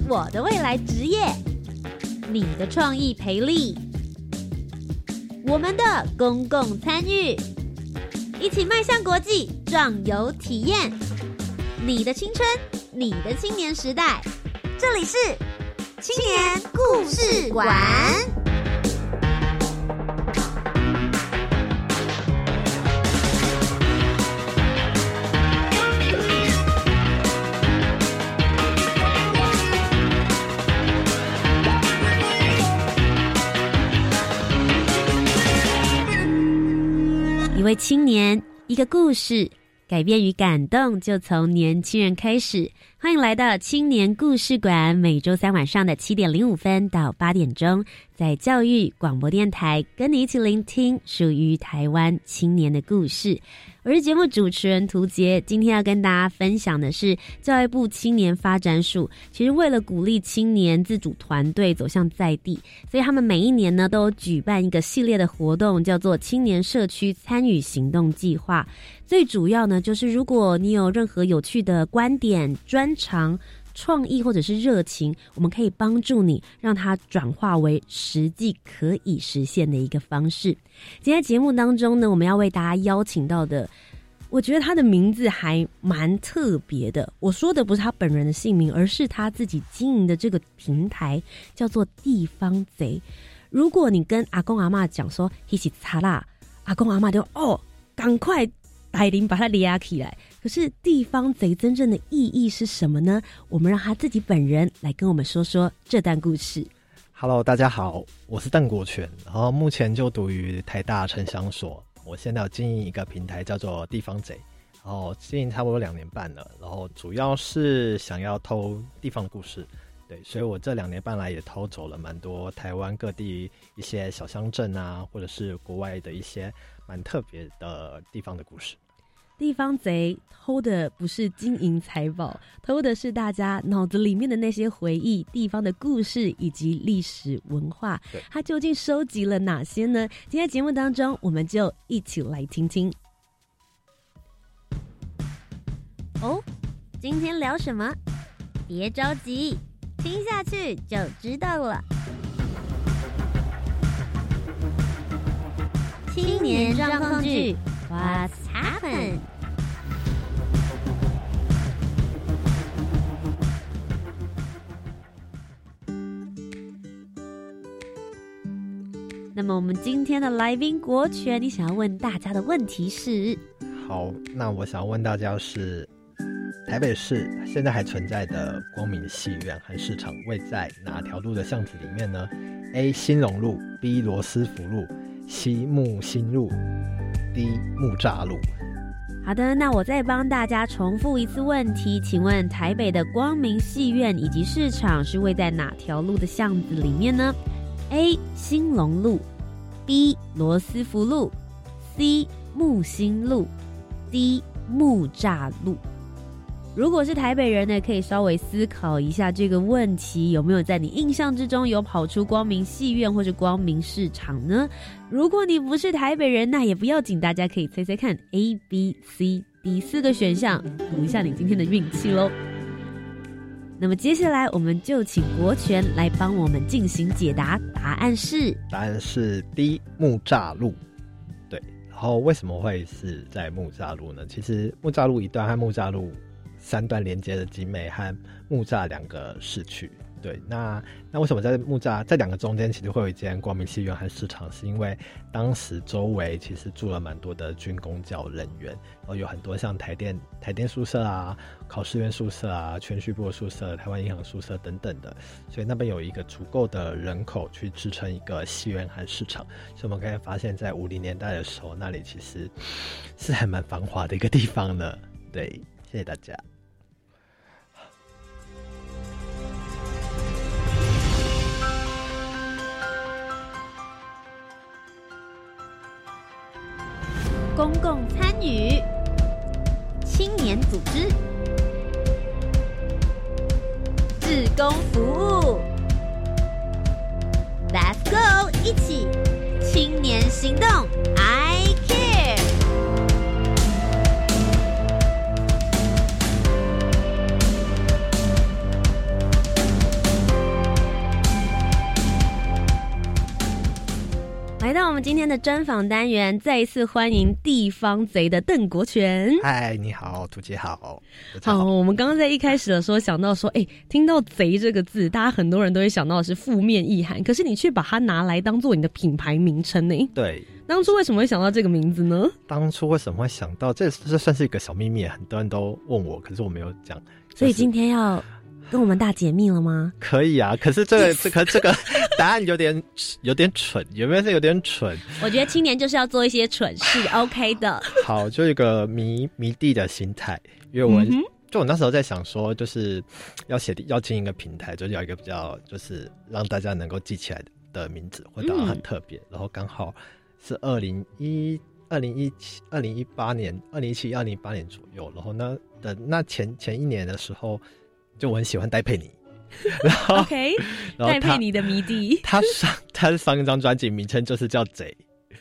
我的未来职业，你的创意培力，我们的公共参与，一起迈向国际，壮游体验。你的青春，你的青年时代，这里是青年故事馆。一位青年，一个故事，改变与感动就从年轻人开始。欢迎来到青年故事馆，每周三晚上的7点05分到8点钟，在教育广播电台跟你一起聆听属于台湾青年的故事。我是节目主持人涂杰，今天要跟大家分享的是教育部青年发展署，其实为了鼓励青年自主团队走向在地，所以他们每一年呢都有举办一个系列的活动，叫做青年社区参与行动计划。最主要呢就是如果你有任何有趣的观点、专长、创意或者是热情，我们可以帮助你让它转化为实际可以实现的一个方式。今天节目当中呢，我们要为大家邀请到的，我觉得他的名字还蛮特别的。我说的不是他本人的姓名，而是他自己经营的这个平台叫做地方贼。如果你跟阿公阿嬷讲说一起擦啦，阿公阿嬷就赶快带领把它抓起来。可是地方贼真正的意义是什么呢？我们让他自己本人来跟我们说说这段故事。 Hello， 大家好，我是邓国权，然后目前就读于台大城乡所。我现在有经营一个平台叫做地方贼，然后经营差不多2年半了，然后主要是想要偷地方的故事。对，所以我这2年半来也偷走了蛮多台湾各地一些小乡镇啊，或者是国外的一些蛮特别的地方的故事。 地方贼偷的不是金银财宝，偷的是大家脑子里面的那些回忆、地方的故事以及历史文化。它究竟收集了哪些呢？今天节目当中，我们就一起来听听。今天聊什么？别着急，听下去就知道了。青年状况剧 What's happened？ 那么我们今天的来宾国权，你想要问大家的问题是？ 好，那我想要问大家是，台北市现在还存在的光明戏院和市场位在哪条路的巷子里面呢？ A. 兴隆路， B. 罗斯福路， C. 木星路， D. 木栅路。 好的，那我再帮大家重复一次问题，请问台北的光明戏院以及市场是位在哪条路的巷子里面呢？ A. 兴隆路， B. 罗斯福路， C. 木星路， D. 木栅路。如果是台北人呢，可以稍微思考一下这个问题，有没有在你印象之中有跑出光明戏院或是光明市场呢？如果你不是台北人，那也不要紧，大家可以猜猜看 A, B, C, D 4个选项，赌一下你今天的运气咯。那么接下来我们就请国权来帮我们进行解答，答案是 D. 木栅路。对，然后为什么会是在木栅路呢？其实木栅路一段和木栅路3段连接的景美和木栅2个市区。对，那为什么在木栅在2个中间其实会有一间光明戏院和市场？是因为当时周围其实住了蛮多的军公教人员，然后有很多像台电宿舍啊、考试院宿舍啊、全序部宿舍、台湾银行宿舍等等的，所以那边有一个足够的人口去支撑一个戏院和市场。所以我们可以发现在50年代的时候，那里其实是还蛮繁华的一个地方的。对，谢谢大家。 公共参与、青年组织、志工服务 Let's go， 一起青年行动 I care。 来到我们今天的专访单元，再一次欢迎地方贼的邓国权。 嗨，你好，涂姐好。 好，我们刚刚在一开始的时候想到说，听到贼这个字，大家很多人都会想到的是负面意涵，可是你却把它拿来当做你的品牌名称呢？ 对。 当初为什么会想到这个名字呢？ 当初为什么会想到？这算是一个小秘密，很多人都问我，可是我没有讲。 所以今天要跟我们大解密了吗？ 可以啊，可是这个答案有点蠢，有没有？是有点蠢。我觉得青年就是要做一些蠢事，OK 的。 好，就一个迷弟的心态，因为我那时候在想说，就是要进一个平台，就是要一个比较就是让大家能够记起来的名字，或者很特别，然后刚好是2017年左右，然后那前一年的时候。就我很喜欢戴佩妮，然后 OK， 戴佩妮的迷弟， 他上一张专辑名称就是叫贼。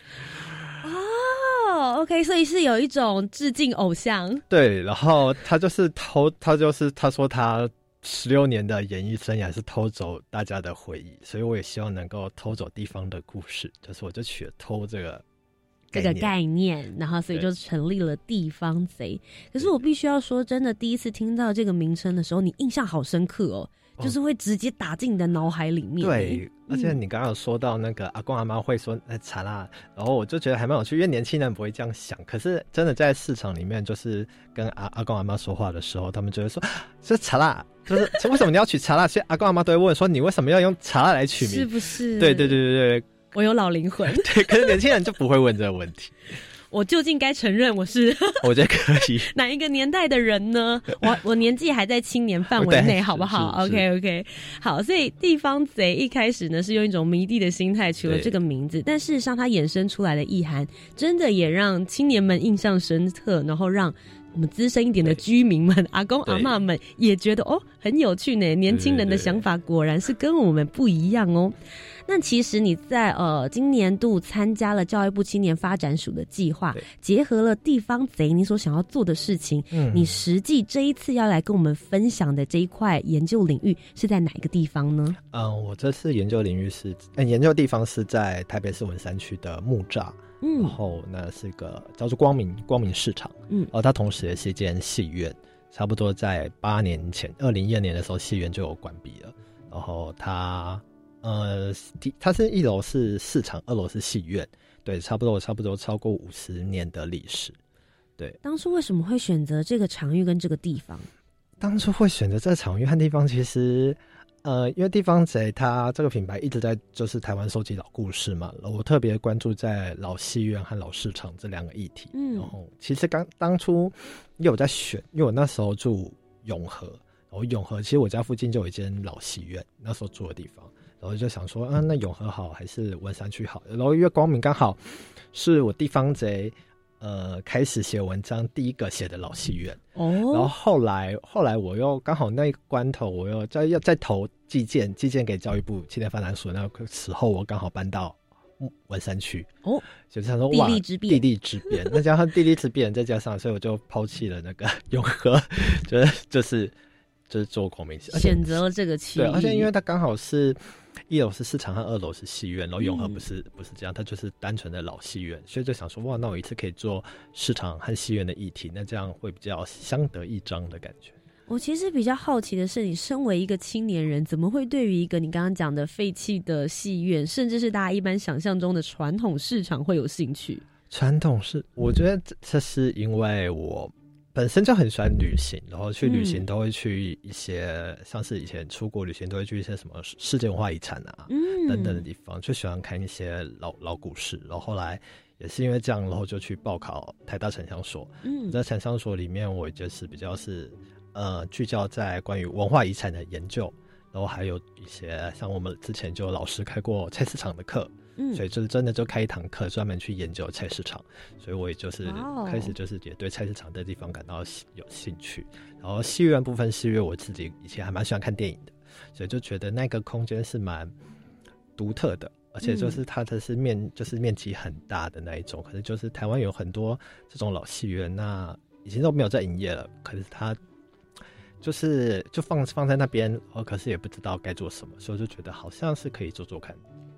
哦 ，OK， 所以是有一种致敬偶像。 对，然后他说他16年的演艺生涯是偷走大家的回忆，所以我也希望能够偷走地方的故事，就是我就取了偷这个概念， 然后所以就成立了地方贼。可是我必须要说，真的第一次听到这个名称的时候，你印象好深刻哦，就是会直接打进你的脑海里面。 对，而且你刚刚有说到那个阿公阿妈会说茶啦，然后我就觉得还蛮有趣，因为年轻人不会这样想，可是真的在市场里面，就是跟阿公阿妈说话的时候，他们就会说这茶啦，就是为什么你要取茶啦？所以阿公阿妈都会问说你为什么要用茶啦来取名？ 是不是？ 对。 我有老灵魂。 对，可是年轻人就不会问这个问题。 我究竟该承认我是我觉得可以哪一个年代的人呢？我年纪还在青年范围内，好不好 ？OK， 好，所以地方贼一开始呢是用一种迷弟的心态取了这个名字，但事实上它衍生出来的意涵，真的也让青年们印象深刻，然后让我们资深一点的居民们、阿公阿嬷们也觉得很有趣呢。年轻人的想法果然是跟我们不一样哦。那其实你在今年度参加了教育部青年发展署的计划，结合了地方贼你所想要做的事情，你实际这一次要来跟我们分享的这一块研究领域是在哪一个地方呢？ 我这次研究领域是研究地方是在台北市文山区的木栅。然后那是一个叫做光明市场，它同时也是一间戏院，差不多在8年前，2012年的时候，戏院就有关闭了。然后它是1楼是市场，2楼是戏院，对，差不多超过50年的历史。对， 当初为什么会选择这个场域跟这个地方？ 当初会选择这个场域和地方，其实。因为地方贼它这个品牌一直在就是台湾收集老故事嘛，我特别关注在老戏院和老市场这2个议题。然后其实当初因为我在选，因为我那时候住永和，然后永和其实我家附近就有一间老戏院，那时候住的地方，然后就想说那永和好还是文山区好？然后因为光明刚好是我地方贼开始写文章第一个写的老戏院然后后来我又刚好那个关头我又再投寄件给教育部青年发展署，那个时候我刚好搬到文山区就是想说哇地利之便那加上地利之便再加上所以我就抛弃了那个永和就是做光明选择了这个区域。 对，而且因为它刚好是1楼是市场和2楼是戏院，然后永和不是这样，它就是单纯的老戏院，所以就想说哇，那我一次可以做市场和戏院的议题，那这样会比较相得益彰的感觉。 我其实比较好奇的是，你身为一个青年人，怎么会对于一个你刚刚讲的废弃的戏院，甚至是大家一般想象中的传统市场会有兴趣？ 传统是，我觉得这是因为我本身就很喜欢旅行，然后去旅行都会去一些像是以前出国旅行都会去一些什么世界文化遗产等等的地方，就喜欢看一些老故事。然后后来也是因为这样，然后就去报考台大城乡所。在城乡所里面，我就是比较是聚焦在关于文化遗产的研究，然后还有一些像我们之前就有老师开过菜市场的课。所以就是真的就开一堂课专门去研究菜市场，所以我也就是开始就是也对菜市场的地方感到有兴趣。然后戏院部分是因为我自己以前还蛮喜欢看电影的，所以就觉得那个空间是蛮独特的，而且就是它的是面积很大的那一种。可是就是台湾有很多这种老戏院，那已经都没有在营业了，可是它就放在那边，可是也不知道该做什么，所以我就觉得好像是可以做做看。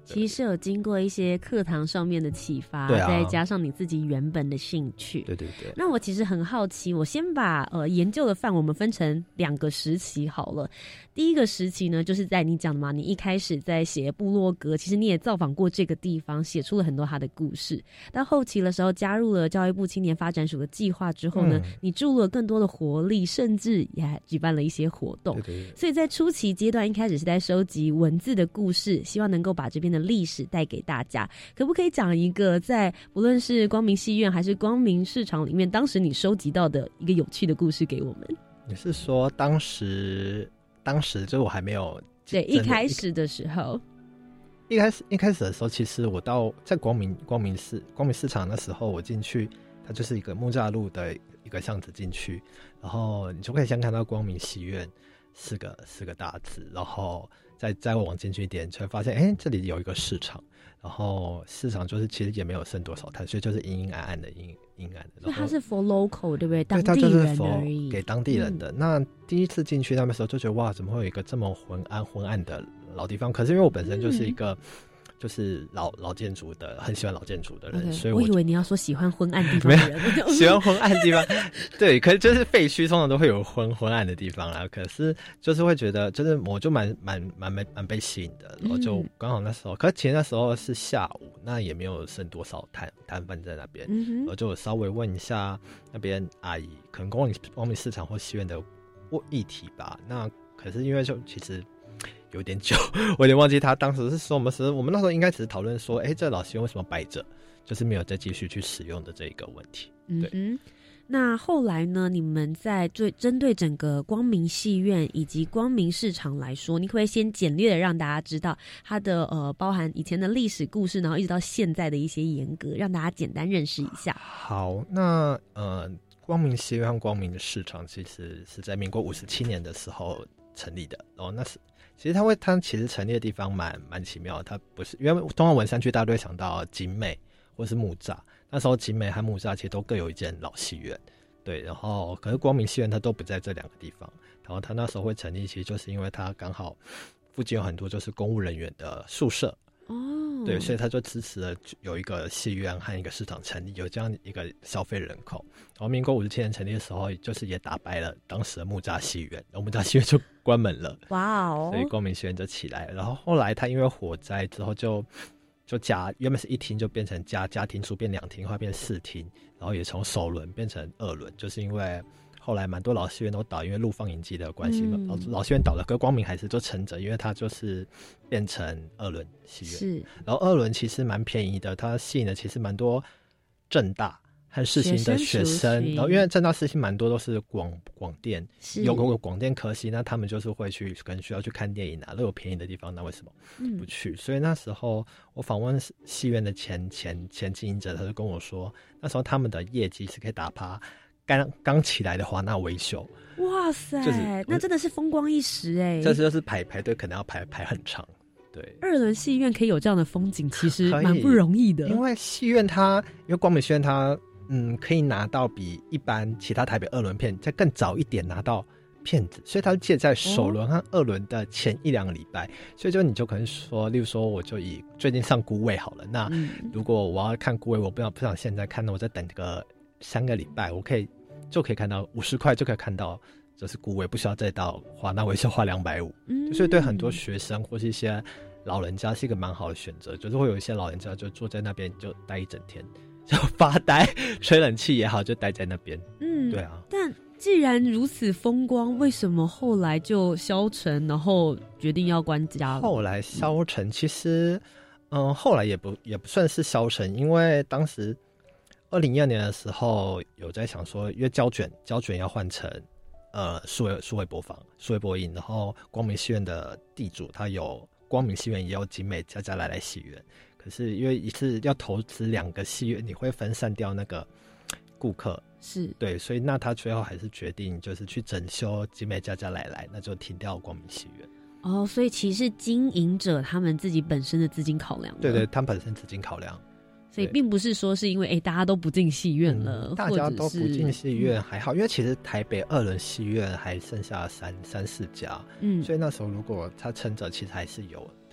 其实是有经过一些课堂上面的启发， 对啊， 再加上你自己原本的兴趣。 对对对。 那我其实很好奇，我先把研究的范围我们分成2个时期好了。第一个时期呢，就是在你讲的嘛，你一开始在写部落格，其实你也造访过这个地方，写出了很多他的故事。到后期的时候，加入了教育部青年发展署的计划之后呢，你注入了更多的活力，甚至也举办了一些活动。 对对对。 所以在初期阶段，一开始是在收集文字的故事，希望能够把这边的历史带给大家。可不可以讲一个在不论是光明戏院还是光明市场里面，当时你收集到的一个有趣的故事给我们？你是说当时就是我还没有， 对，一开始的时候， 一开始的时候，其实我在光明市场那时候，我进去，它就是一个木栅路的一个巷子进去，然后你就可以先看到光明戏院四个大字，然后再往进去一点，就会发现，这里有一个市场，然后市场就是其实也没有剩多少摊，所以就是阴暗暗的。 所以它是 for local 对不对？ 当地人而已， 给当地人的。那第一次进去那时候就觉得哇，怎么会有一个这么昏暗的老地方？可是因为我本身就是一个。就是老建筑的，很喜欢老建筑的人，所以我以为你要说喜欢昏暗地方的人， 喜欢昏暗地方，对，可是就是废墟通常都会有昏暗的地方啦。可是就是会觉得，就是我就蛮被吸引的，然后就刚好那时候，可是其实那时候是下午，那也没有剩多少摊贩在那边，然后就稍微问一下那边阿姨，可能光明市场或戏院的议题吧。那可是因为就其实。有点久，我有点忘记他当时是说我们那时候应该只是讨论说，这老戏院为什么摆着，就是没有再继续去使用的这个问题。对。 那后来呢？你们在针对整个光明戏院以及光明市场来说，你可不可以先简略的让大家知道它的包含以前的历史故事，然后一直到现在的一些严格，让大家简单认识一下。 好，那光明戏院和光明的市场其实是在民国57年的时候成立的，然后那是。其实它其实成立的地方蛮奇妙的，它不是因为通常文山区大家都会想到景美或是木栅，那时候景美和木栅其实都各有一间老戏院，对，然后可是光明戏院它都不在这2个地方，然后它那时候会成立，其实就是因为它刚好附近有很多就是公务人员的宿舍。对，所以他就支持了有一个戏院和一个市场成立，有这样一个消费人口。然后民国57年成立的时候，就是也打败了当时的木栅戏院，然后木栅戏院就关门了。 哇哦！ 所以光明戏院就起来了。然后后来他因为火灾之后就原本是1厅就变成加厅数变2厅，后来变4厅，然后也从首轮变成2轮，就是因为。后来蛮多老戏院都倒，因为陆放映机的关系嘛。老戏院倒了，可光明还是就撑着，因为它就是变成2轮戏院。 是， 然后2轮其实蛮便宜的，它吸引了其实蛮多政大和世新的学生。然后因为政大世新蛮多都是广电，有广电科系，那他们就是会去可能需要去看电影啊，都有便宜的地方，那为什么不去？所以那时候我访问戏院的前经营者，他就跟我说，那时候他们的业绩是可以打趴。刚起来的华纳维修， 哇塞，那真的是风光一时哎！ 这就是排队可能要排很长，对。 2轮戏院可以有这样的风景，其实蛮不容易的。 因为戏院因为光明戏院它可以拿到比一般其他台北2轮片再更早一点拿到片子，所以它介在首轮和2轮的前1-2个礼拜，所以你就可能说，例如说我就以最近上孤味好了，那如果我要看孤味，我不想现在看，那我再等个3个礼拜，我就可以看到50块就可以看到，就是孤味，不需要再到华纳维修花250。所以对很多学生或是一些老人家是一个蛮好的选择，就是会有一些老人家就坐在那边就待一整天，就发呆，吹冷气也好，就待在那边。对啊。 但既然如此风光，为什么后来就消沉，然后决定要关家了？ 后来消沉，其实后来也不算是消沉，因为当时。2012年的时候有在想说，因为胶卷要换成数位播放、数位播映，然后光明戏院的地主他有光明戏院也有景美加来戏院，可是因为一次要投资2个戏院，你会分散掉那个顾客， 是对，所以那他最后还是决定就是去整修景美加来，那就停掉光明戏院。 所以其实经营者他们自己本身的资金考量， 对，他们本身资金考量。 所以并不是说是因为大家都不进戏院了， 大家都不进戏院还好，因为其实台北2轮戏院还剩下3-4家，所以那时候如果他撑着，其实还是有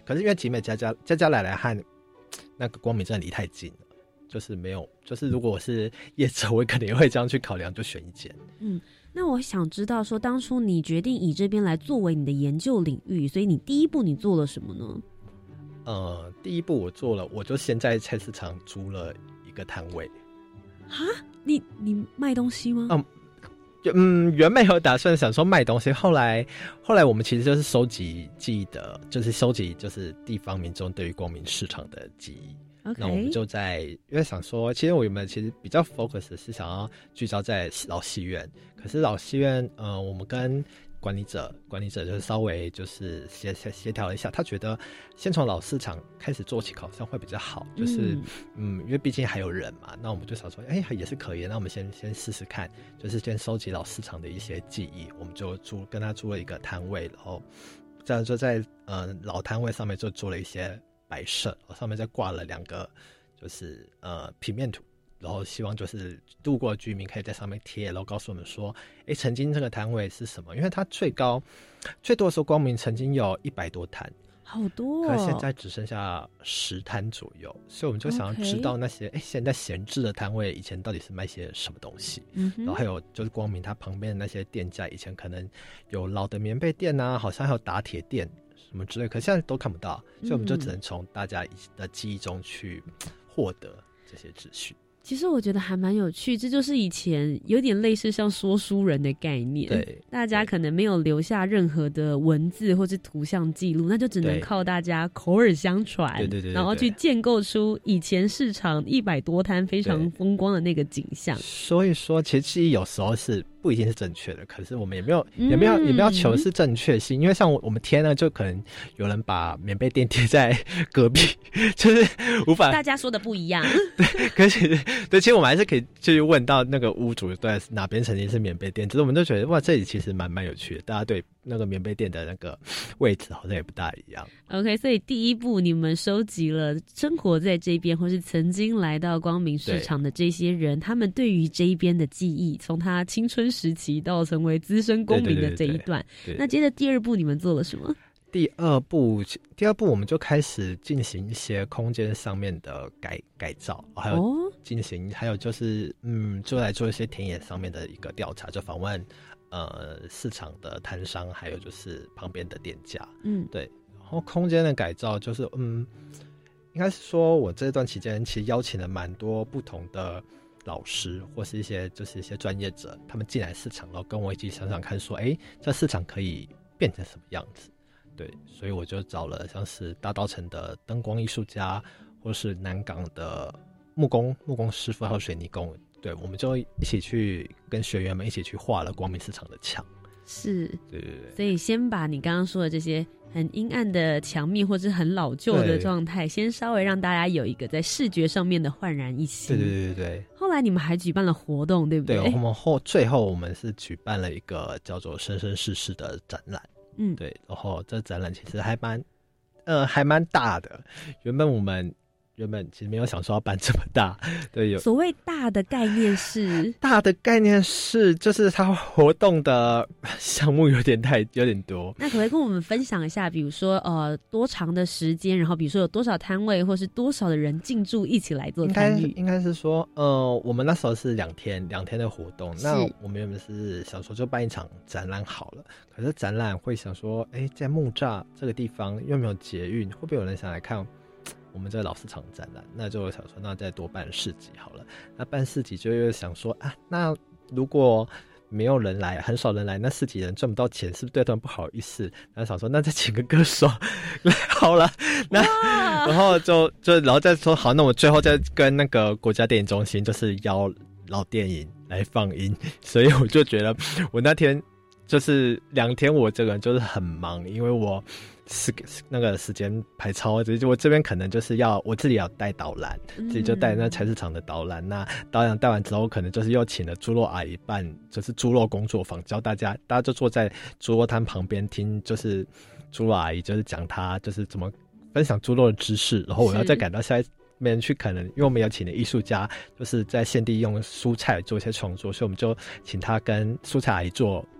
可是因为集美家家来来和那个光明真的离太近了，就是没有，就是如果我是业者，我可能也会这样去考量，就选一间。 那我想知道说，当初你决定以这边来作为你的研究领域，所以你第一步你做了什么呢？ 第一步我就先在菜市场租了一个摊位。 哈，你卖东西吗？ 原本有打算想说卖东西，后来我们其实就是收集记忆的，就是收集就是地方民众对于光明市场的记忆。 Okay. 那我们就因为想说，其实我原本其实比较 focus 是想要聚焦在老戏院，可是老戏院，我们跟管理者就是稍微就是协调一下，他觉得先从老市场开始做起好像会比较好，就是因为毕竟还有人嘛，那我们就想说，也是可以的，那我们先试试看，就是先收集老市场的一些记忆，我们就跟他租了一个摊位，然后这样就在老摊位上面就做了一些摆设，上面再挂了2个就是平面图，然后希望就是路过的居民可以在上面贴，然后告诉我们说曾经这个摊位是什么，因为它最多的时候光明曾经有100多摊，好多可是现在只剩下10摊左右，所以我们就想要知道那些现在闲置的摊位以前到底是卖些什么东西，然后还有就是光明它旁边的那些店家，以前可能有老的棉被店啊，好像还有打铁店什么之类，可是现在都看不到，所以我们就只能从大家的记忆中去获得这些资讯。 其实我觉得还蛮有趣，这就是以前有点类似像说书人的概念，对，大家可能没有留下任何的文字或是图像记录，那就只能靠大家口耳相传，对，然后去建构出以前市场100多摊非常风光的那个景象。所以说其实记忆有时候是不一定是正确的，可是我们也没有求是正确性，因为像我们贴呢，就可能有人把棉被店贴在隔壁，就是无法大家说的不一样。 对，可是其实我们还是可以去问到那个屋主对哪边曾经是棉被店，只是我们就觉得哇，这里其实蛮有趣的，大家对那个棉被店的那个位置好像也不大一样。 OK， 所以第一步你们收集了生活在这边或是曾经来到光明市场的这些人，他们对于这一边的记忆，从他青春时期到成为资深公民的这一段。那接着第二步你们做了什么？ 第二步我们就开始进行一些空间上面的改造，还有就是就来做一些田野上面的一个调查，就访问市场的摊商，还有就是旁边的店家。对。然后空间的改造就是应该是说我这段期间其实邀请了蛮多不同的老师或是一些专业者，他们进来市场，然后跟我一起想想看说这市场可以变成什么样子。对，所以我就找了像是大稻埕的灯光艺术家，或是南港的木工师傅，还有水泥工。对，我们就一起去跟学员们一起去画了光明市场的墙。 是，对。所以先把你刚刚说的这些很阴暗的墙面或是很老旧的状态，先稍微让大家有一个在视觉上面的焕然一新。 对。 后来你们还举办了活动，对不对？ 对，我们最后我们是举办了一个叫做生生世世的展览。对，然后这展览其实还蛮大的。原本其实没有想说要办这么大。对， 所谓大的概念是就是它活动的项目有点多。 那可不可以跟我们分享一下，比如说多长的时间，然后比如说有多少摊位，或是多少的人进驻一起来做参与？ 应该是说我们那时候是2天的活动。那我们原本是想说就办一场展览好了，可是展览会想说在木栅这个地方又没有捷运，会不会有人想来看我们这个老市场展览？那就想说那再多办市集好了。那办市集就想说那如果没有人来，很少人来，那市集人赚不到钱，是不是对他们不好意思？然后想说那再请个歌手来好了。那然后然后再说好，那我最后再跟那个国家电影中心就是邀老电影来放映。所以我就觉得我那天就是2天我这个人就是很忙，因为我那个时间排超，我这边可能就是我自己要带导览，自己就带那菜市场的导览。那导览带完之后，可能就是又请了猪肉阿姨办，就是猪肉工作坊，教大家就坐在猪肉摊旁边听，就是猪肉阿姨就是讲她就是怎么分享猪肉的知识。然后我要再赶到下一边去，可能因为我们有请的艺术家，就是在现地用蔬菜做一些创作，所以我们就请他跟蔬菜阿姨做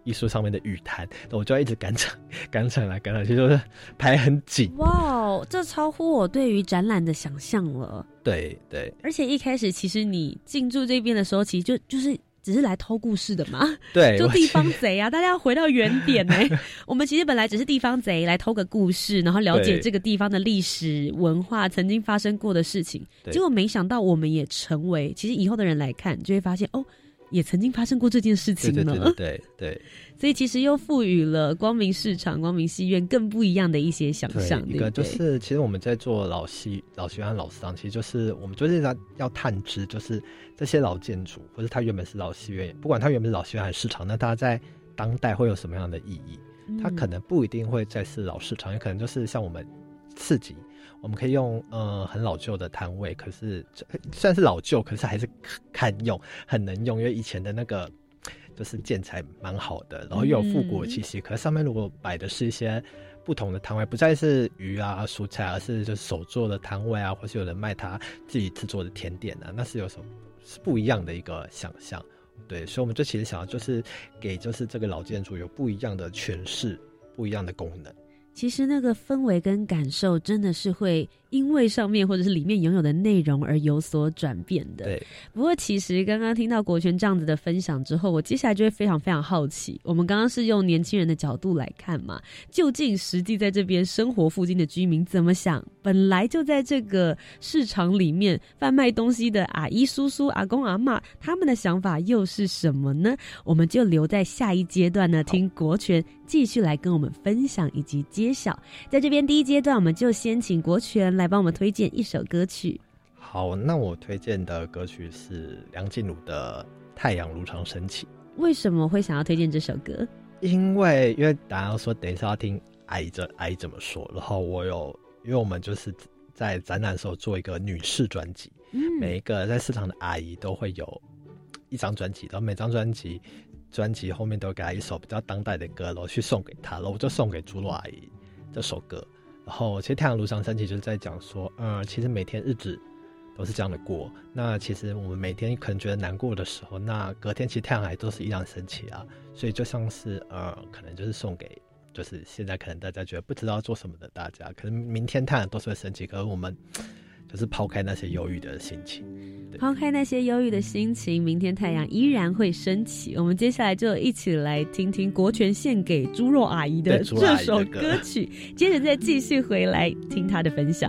艺术上面的雨坛，我就要一直赶场来赶场去，就是排很紧。 哇，这超乎我对于展览的想象了。 对对， 而且一开始其实你进驻这边的时候，其实就是只是来偷故事的嘛， 对， 就地方贼啊！大家要回到原点呢。我们其实本来只是地方贼来偷个故事，然后了解这个地方的历史文化，曾经发生过的事情。结果没想到我们也成为，其实以后的人来看，就会发现哦，也曾经发生过这件事情呢。 对， 所以其实又赋予了光明市场、光明戏院更不一样的一些想象。 一个就是其实我们在做老戏院、老市场，其实就是我们就是要探知，就是这些老建筑，或者它原本是老戏院，不管它原本是老戏院还是市场，那它在当代会有什么样的意义？它可能不一定会再是老市场，也可能就是像我们市集，我们可以用很老旧的摊位，可是虽然是老旧，可是还是堪用，很能用，因为以前的那个就是建材蛮好的，然后又有复古的气息。可是上面如果摆的是一些不同的摊位，不再是鱼啊蔬菜，而是就是手做的摊位啊，或是有人卖他自己制作的甜点啊，那是有什么是不一样的一个想象。对，所以我们就其实想要就是给就是这个老建筑有不一样的诠释，不一样的功能。 其实那个氛围跟感受真的是会因为上面或者是里面拥有的内容而有所转变的。 对。 不过其实刚刚听到国权这样子的分享之后，我接下来就会非常非常好奇，我们刚刚是用年轻人的角度来看嘛，究竟实际在这边生活附近的居民怎么想？本来就在这个市场里面贩卖东西的阿姨叔叔、阿公阿嬷，他们的想法又是什么呢？我们就留在下一阶段呢，听国权继续来跟我们分享以及揭晓。在这边第一阶段，我们就先请国权来帮我们推荐一首歌曲。 好，那我推荐的歌曲是梁静茹的《太阳如常升起》。 为什么会想要推荐这首歌？ 因为大家说等一下要听阿姨怎么说，然后因为我们就是在展览的时候做一个女士专辑，每一个在市场的阿姨都会有一张专辑，然后每张专辑后面都给她一首比较当代的歌，然后去送给她，然后我就送给猪肉阿姨这首歌。然后其实太阳如常升起就是在讲说其实每天日子都是这样的过，那其实我们每天可能觉得难过的时候，那隔天其实太阳还都是一样升起啊，所以就像是可能就是送给就是现在可能大家觉得不知道做什么的大家，可能明天太阳都是会升起，可是我们就是抛开那些忧郁的心情， 抛开那些忧郁的心情，明天太阳依然会升起。我们接下来就一起来听听国权献给猪肉阿姨的这首歌曲，接着再继续回来听她的分享。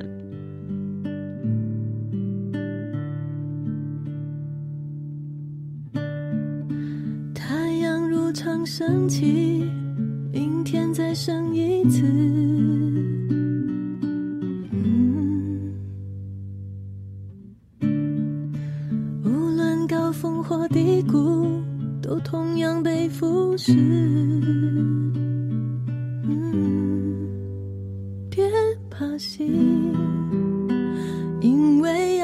太阳如常升起，明天再升一次，无论高峰或低谷，都同样被腐蚀。别怕醒，因为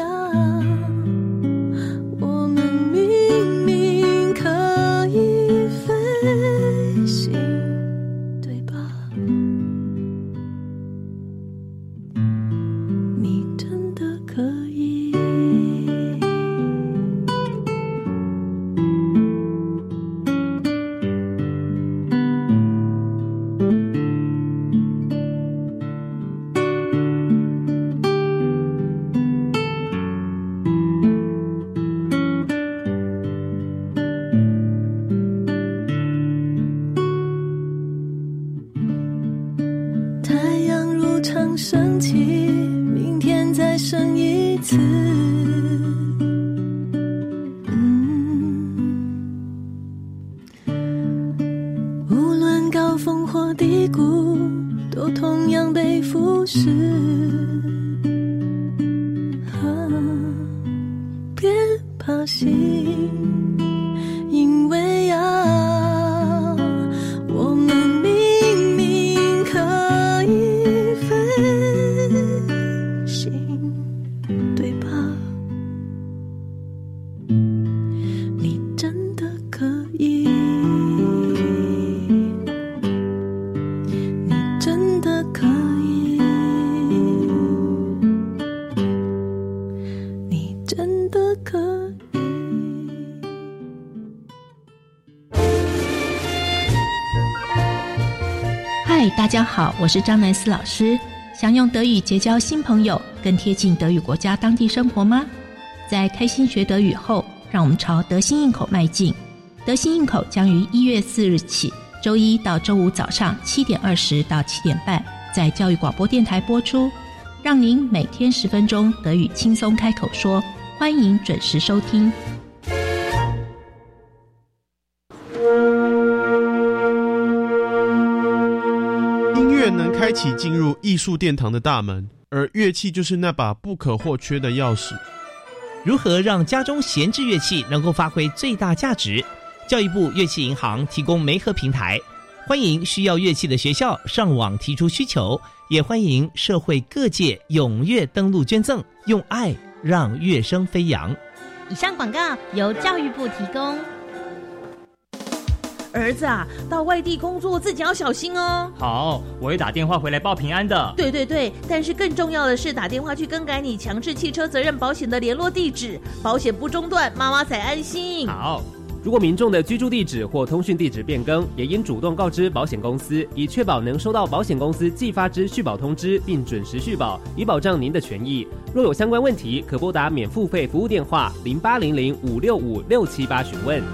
我们明明可以飞行，对吧？你真的可以。升起，明天再升一次。无论高峰或低谷，都同样被腐蚀。别怕醒，因为我们明明可以飞行，对吧？你真的可以，你真的可以，你真的可以。 嗨，大家好，我是张南思老师。想用德语结交新朋友，更贴近德语国家当地生活吗？在开心学德语后，让我们朝德心应口迈进。德心应口将于1月4日起，周一到周五早上7点20到7点半，在教育广播电台播出，让您每天10分钟德语轻松开口说。欢迎准时收听。 音乐能开启进入艺术殿堂的大门，而乐器就是那把不可或缺的钥匙。 如何让家中闲置乐器能够发挥最大价值？教育部乐器银行提供媒合平台，欢迎需要乐器的学校上网提出需求，也欢迎社会各界踊跃登录捐赠，用爱让乐声飞扬。 以上广告由教育部提供。 儿子啊，到外地工作自己要小心哦。 好，我会打电话回来报平安的。 对，但是更重要的是打电话去更改你强制汽车责任保险的联络地址，保险不中断，妈妈才安心。 好，如果民众的居住地址或通讯地址变更，也应主动告知保险公司，以确保能收到保险公司寄发之续保通知，并准时续保，以保障您的权益。若有相关问题，可拨打免付费服务电话0800-565-678询问。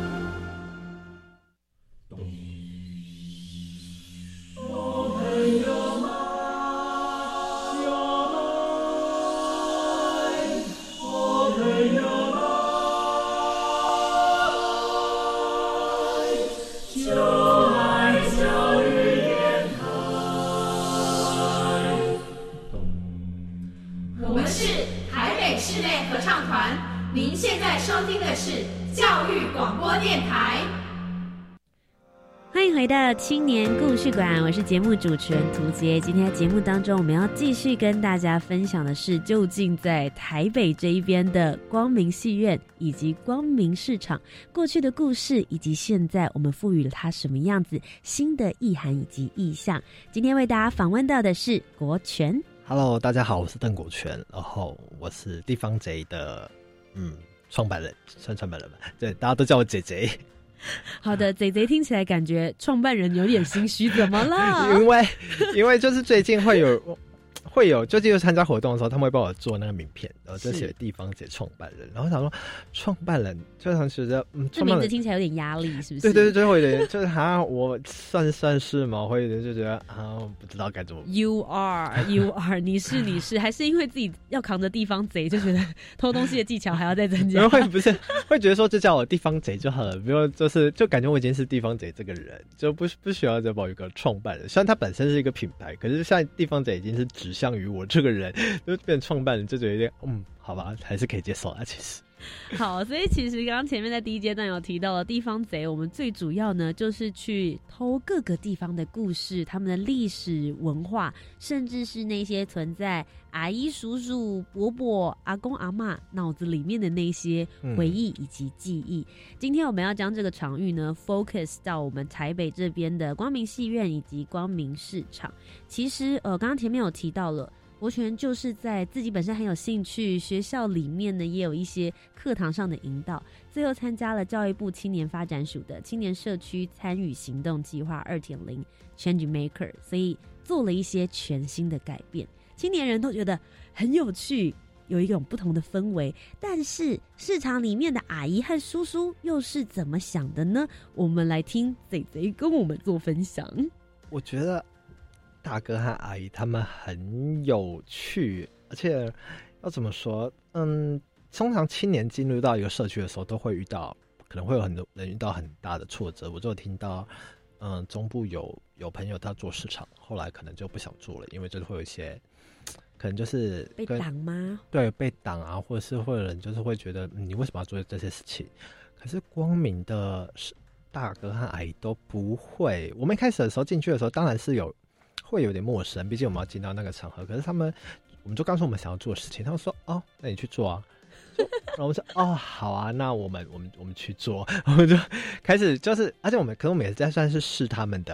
您现在收听的是教育广播电台。 欢迎回到青年故事馆，我是节目主持人涂杰。今天在节目当中，我们要继续跟大家分享的是，究竟在台北这一边的光明戏院以及光明市场过去的故事，以及现在我们赋予了它什么样子新的意涵以及意象。今天为大家访问到的是国权。 Hello， 大家好，我是邓国权，然后我是地方贼的创办人，算创办人吧，对，大家都叫我姐姐。 好的，贼贼听起来感觉创办人有点心虚，怎么了？ 因为就是最近会有，最近参加活动的时候，他们会帮我做那个名片，然后就写地方姐创办人，然后想说创办人，就想觉得这名字听起来有点压力，是不是？ 对，会有点，就是好像我算是嘛，会有点就觉得不知道该怎么。 You are， 你是，还是因为自己要扛着地方贼，就觉得偷东西的技巧还要再增加？ 不是，会觉得说就叫我地方贼就好了，不用就感觉我已经是地方贼这个人，就不需要再保一个创办人。虽然它本身是一个品牌，可是现在地方贼已经是指向于我这个人，就变创办人，就觉得有点好吧，还是可以接受啊，其实。 好，所以其实刚刚前面在第一阶段有提到了地方贼，我们最主要呢就是去偷各个地方的故事，他们的历史文化，甚至是那些存在阿姨叔叔伯伯阿公阿嬷脑子里面的那些回忆以及记忆。今天我们要将这个场域呢 focus 到我们台北这边的光明戏院以及光明市场。其实刚刚前面有提到了，国权就是在自己本身很有兴趣，学校里面呢也有一些课堂上的引导，最后参加了教育部青年发展署的青年社区参与行动计划 2.0 Change Maker， 所以做了一些全新的改变，青年人都觉得很有趣，有一种不同的氛围。但是市场里面的阿姨和叔叔又是怎么想的呢？我们来听贼贼跟我们做分享。 我觉得大哥和阿姨他们很有趣，而且要怎么说，通常青年进入到一个社区的时候，都会可能会有很多人遇到很大的挫折。我就听到，中部有朋友他做市场，后来可能就不想做了，因为就是会有一些，可能就是被挡吗？ 对，被挡啊，或者是会有人就是会觉得，你为什么要做这些事情？可是光明的大哥和阿姨都不会。我们一开始的时候进去的时候，当然是会有点陌生，毕竟我们要进到那个场合。可是我们就告诉我们想要做的事情，他们说那你去做啊。然后我们说好啊，那我们去做。我们就开始就是，而且可是我们也在算是试他们的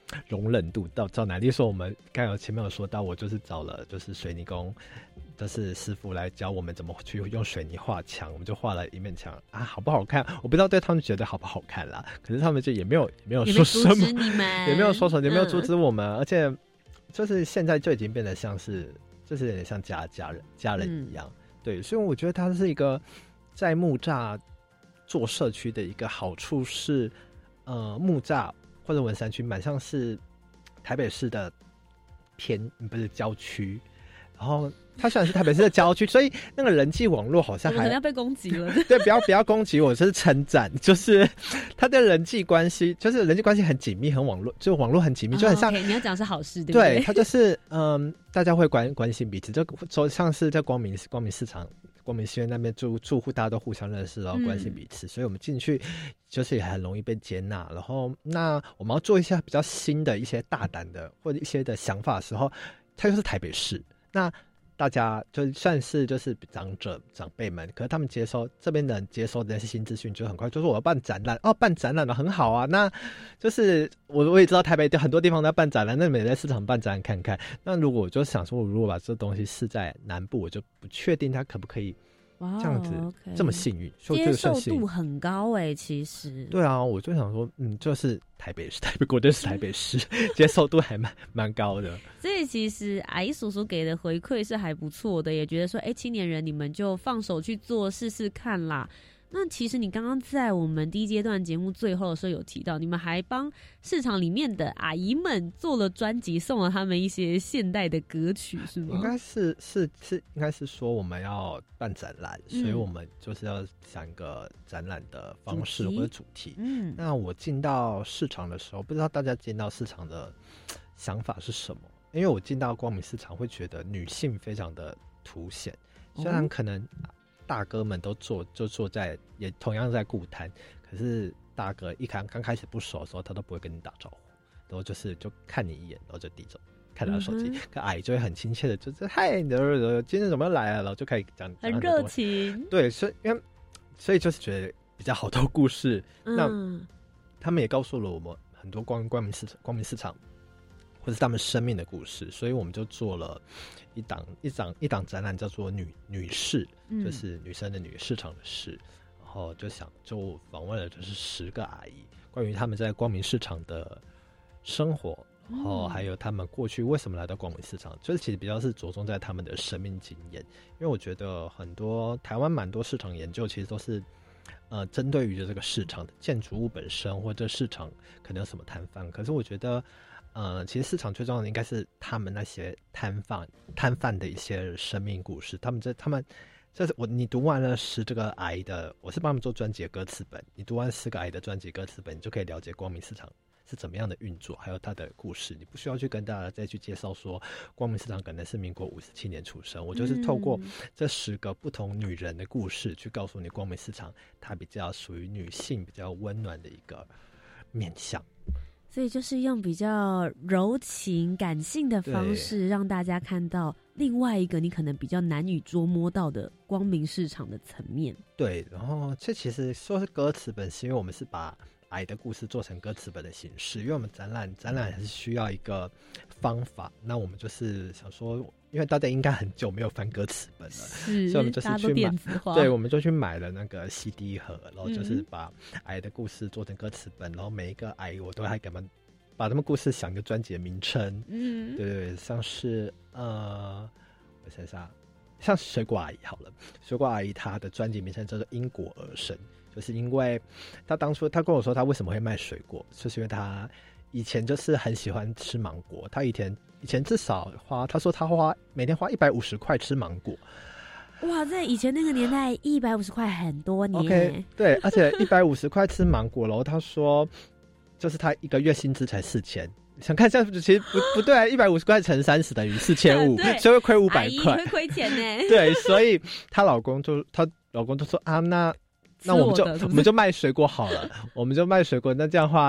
容忍度到哪里？说我们刚才前面有说到，我就是找了就是水泥工，就是师傅来教我们怎么去用水泥画墙，我们就画了一面墙啊，好不好看？我不知道对他们觉得好不好看啦，可是他们就也没有说什么，也没有说什么，也没有阻止我们，而且就是现在就已经变得像是，就是有点像家人一样，对，所以我觉得它是一个在木栅做社区的一个好处是，木栅或者文山区蛮像是台北市的不是郊区，然后它虽然是台北市的郊区，所以那个人际网络好像还可能要被攻击了。 对，不要攻击我，这是称赞，就是它的人际关系，就是人际关系很紧密，很网络，就网络很紧密，就很像。 你要讲是好事，对不对？ 对，它就是大家会关心彼此，就像是在光明市场。光明戏院那边住户大家都互相认识，然后关心彼此，所以我们进去就是也很容易被接纳。然后那我们要做一些比较新的一些大胆的或者一些的想法的时候，它又是台北市，那大家就算是就是长辈们，可是他们这边的人接收的那些新资讯就很快，就说我要办展览办展览了很好啊，那就是我也知道台北很多地方都要办展览，那你们也在市场办展览看看。那如果我就想说，我如果把这东西试在南部，我就不确定它可不可以这样子这么幸运， 接受度很高其实。 对啊，我就想说，就是台北市，国就是台北市，接受度还蛮高的。 所以其实阿姨叔叔给的回馈是还不错的，也觉得说，青年人你们就放手去做试试看啦。那其实你刚刚在我们第一阶段节目最后的时候有提到，你们还帮市场里面的阿姨们做了专辑，送了他们一些现代的歌曲，是吗？ 应该是应该是说我们要办展览，所以我们就是要想一个展览的方式或者主题。那我进到市场的时候，不知道大家进到市场的想法是什么？因为我进到光明市场会觉得女性非常的凸显，虽然可能大哥们都坐在也同样在顾摊，可是大哥刚开始不熟的时候，他都不会跟你打招呼，然后就看你一眼，然后就低头看他的手机。可阿姨就会很亲切的，就是嗨，今天怎么来了？然后就可以讲很热情。 对，所以就是觉得比较好多故事。那他们也告诉了我们很多光明市场。或是他们生命的故事，所以我们就做了一档展览，叫做女士，就是女生的女，市场的市，然后就访问了就是10个阿姨，关于他们在光明市场的生活，然后还有他们过去为什么来到光明市场，就是其实比较是着重在他们的生命经验，因为我觉得台湾蛮多市场研究其实都是针对于这个市场的建筑物本身，或者市场可能有什么摊贩，可是我觉得其实市场最重要的应该是他们那些摊贩的一些生命故事。你读完了这个阿姨的，我是帮他们做专辑的歌词本。你读完10个阿姨的专辑歌词本，你就可以了解光明市场是怎么样的运作，还有它的故事。你不需要去跟大家再去介绍说光明市场可能是民国57年出生，我就是透过这10个不同女人的故事，去告诉你光明市场它比较属于女性比较温暖的一个面向。 所以就是用比较柔情感性的方式，让大家看到另外一个你可能比较难以捉摸到的光明市场的层面。 对，然后这其实说是歌词本，是因为我们是把爱的故事做成歌词本的形式，因为我们展览还是需要一个方法。那我们就是想说，因为大家应该很久没有翻歌词本了，所以我们就是去买，对，我们就去买了那个 CD 盒，然后就是把爱的故事做成歌词本，然后每一个爱我都还给他们把他们故事想一个专辑的名称，对，像是我想想，像水果阿姨好了，水果阿姨她的专辑名称叫做因果而生。就是因为他当初他跟我说他为什么会卖水果，就是因为他以前就是很喜欢吃芒果，他以前至少他说他每天花150块吃芒果。 哇，在以前那个年代150块很多年。 OK， 对，而且150块吃芒果，然后他说就是他一个月薪资才4000。想看这样其实不对啊，150块乘30等于4500，所以会亏500块， 会亏钱呢。 对，所以她老公就说啊，那我们就卖水果好了，我们就卖水果。那这样的话，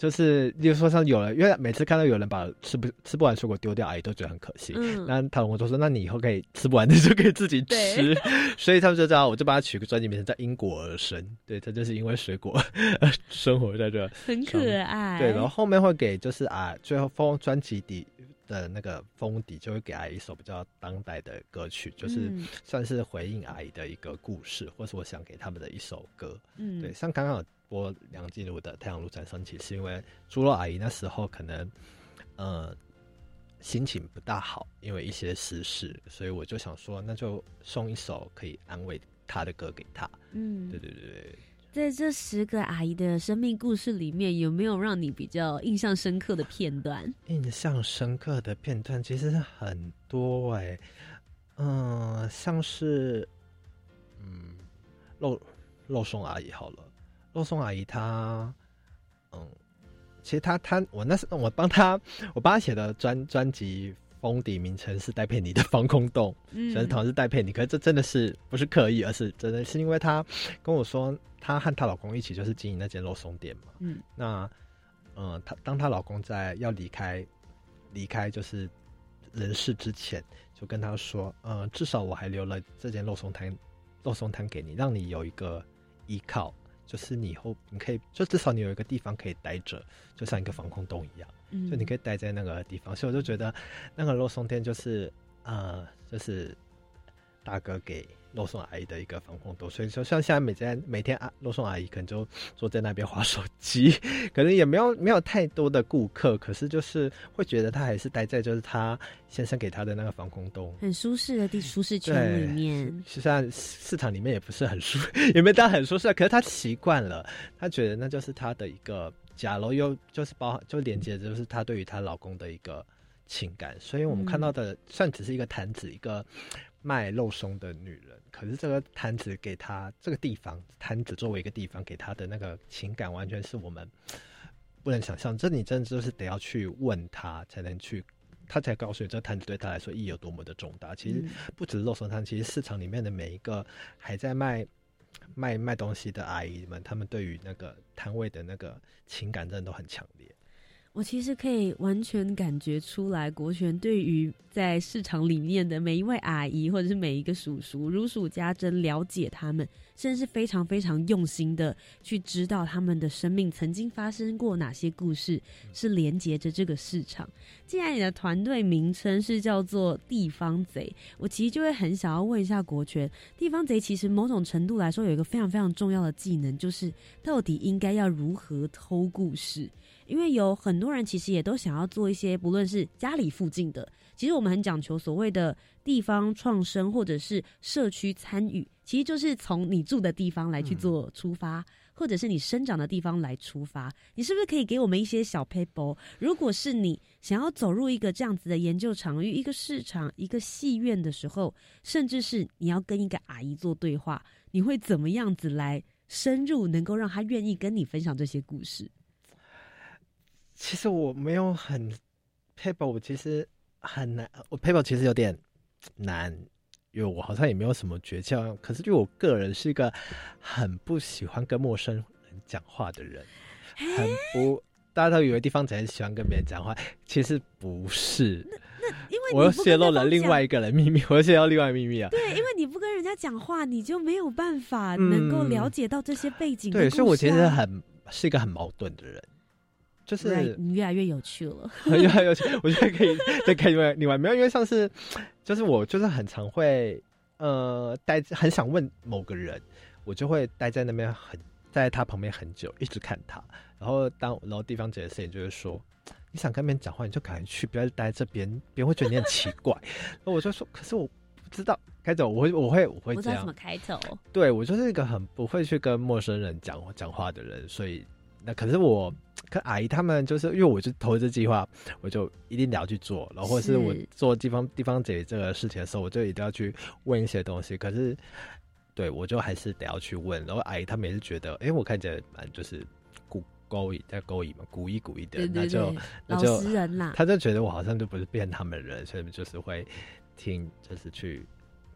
就是例如说像有人，因为每次看到有人把吃不完水果丢掉，阿姨都觉得很可惜。那她老公就说：“那你以后可以吃不完的就可以自己吃。”所以他们就知道，我就帮他取个专辑名称叫因果而生。对，他就是因为水果而生活在这， 很可爱。 对，然后后面会给就是最后专辑底的那个封底就会给阿姨一首比较当代的歌曲，就是算是回应阿姨的一个故事，或是我想给他们的一首歌。对，像刚刚有播梁静茹的《太阳如转升起》，是因为猪肉阿姨那时候可能心情不大好，因为一些私事，所以我就想说那就送一首可以安慰她的歌给她。对对对。 在这10个阿姨的生命故事里面，有没有让你比较印象深刻的片段？ 印象深刻的片段其实很多像是肉松阿姨好了，肉松阿姨她其实我帮她写的专辑封底名称是戴佩妮的防空洞，虽然同样是戴佩妮，可是这真的是不是刻意，而是真的是因为她跟我说，她和她老公一起就是经营那间肉松店嘛。那当她老公在要离开就是人世之前，就跟她说，至少我还留了这间肉松摊给你，让你有一个依靠。就是你以后你可以，就至少你有一个地方可以待着，就像一个防空洞一样，就你可以待在那个地方。所以我就觉得那个肉松店就是大哥给肉松阿姨的一个防空洞。所以说像现在每天肉松阿姨可能就坐在那边滑手机，可能也没有太多的顾客，可是就是会觉得他还是待在就是他先生给他的那个防空洞， 很舒适的舒适圈里面。 实际上市场里面也不是很也没到很舒适，可是他习惯了，他觉得那就是他的一个家，然后又就是就连接着就是他对于她老公的一个情感。所以我们看到的算只是一个摊子，一个卖肉松的女人，可是这个摊子给她这个地方，摊子作为一个地方给她的那个情感，完全是我们不能想象。这你真的就是得要去问她他才告诉你这个摊子对他来说意义有多么的重大。其实不只是肉松摊，其实市场里面的每一个还在卖东西的阿姨们，他们对于那个摊位的那个情感真的都很强烈。 我其实可以完全感觉出来，国权对于在市场里面的每一位阿姨或者是每一个叔叔如数家珍，了解他们，甚至是非常非常用心的去知道他们的生命曾经发生过哪些故事，是连接着这个市场。既然你的团队名称是叫做地方贼，我其实就会很想要问一下国权，地方贼其实某种程度来说有一个非常非常重要的技能，就是到底应该要如何偷故事。因为有很多人其实也都想要做一些不论是家里附近的，其实我们很讲求所谓的地方创生或者是社区参与，其实就是从你住的地方来去做出发，或者是你生长的地方来出发。你是不是可以给我们一些小 paper？ 如果是你想要走入一个这样子的研究场域，一个市场，一个戏院的时候，甚至是你要跟一个阿姨做对话，你会怎么样子来深入，能够让她愿意跟你分享这些故事？ 其实我没有很 paper， 我其实很难，我 paper 其实有点难，因为我好像也没有什么诀窍。可是就我个人是一个很不喜欢跟陌生人讲话的人，大家都以为地方才喜欢跟别人讲话，其实不是。 那因为我又泄露了另外一个人秘密，我又泄露另外一个秘密啊。 对，因为你不跟人家讲话，你就没有办法能够了解到这些背景的故事。 对，所以我其实是一个很矛盾的人。就是你越来越有趣了， 越来越有趣。我觉得可以再看另外没有，因为像是就是我就是很常会很想问某个人，我就会待在那边在他旁边很久，一直看他。然后地方姐的事情就是说，你想跟别人讲话，你就赶紧去，不要待在这边，别人会觉得你很奇怪。然后我就说，可是我不知道该怎么，我会这样。 不知道怎么开头。 对，我就是一个很不会去跟陌生人讲话的人，所以可是我跟阿姨他们就是因为我就投资计划，我就一定得要去做，然后或者是我做地方姐这个事情的时候，我就一定要去问一些东西。可是对我就还是得要去问，然后阿姨他们也是觉得，我看起来蛮就是故意嘛，故意的， 对， 那就老实人啦， 他就觉得我好像就不是骗他们的人，所以就是会听，就是去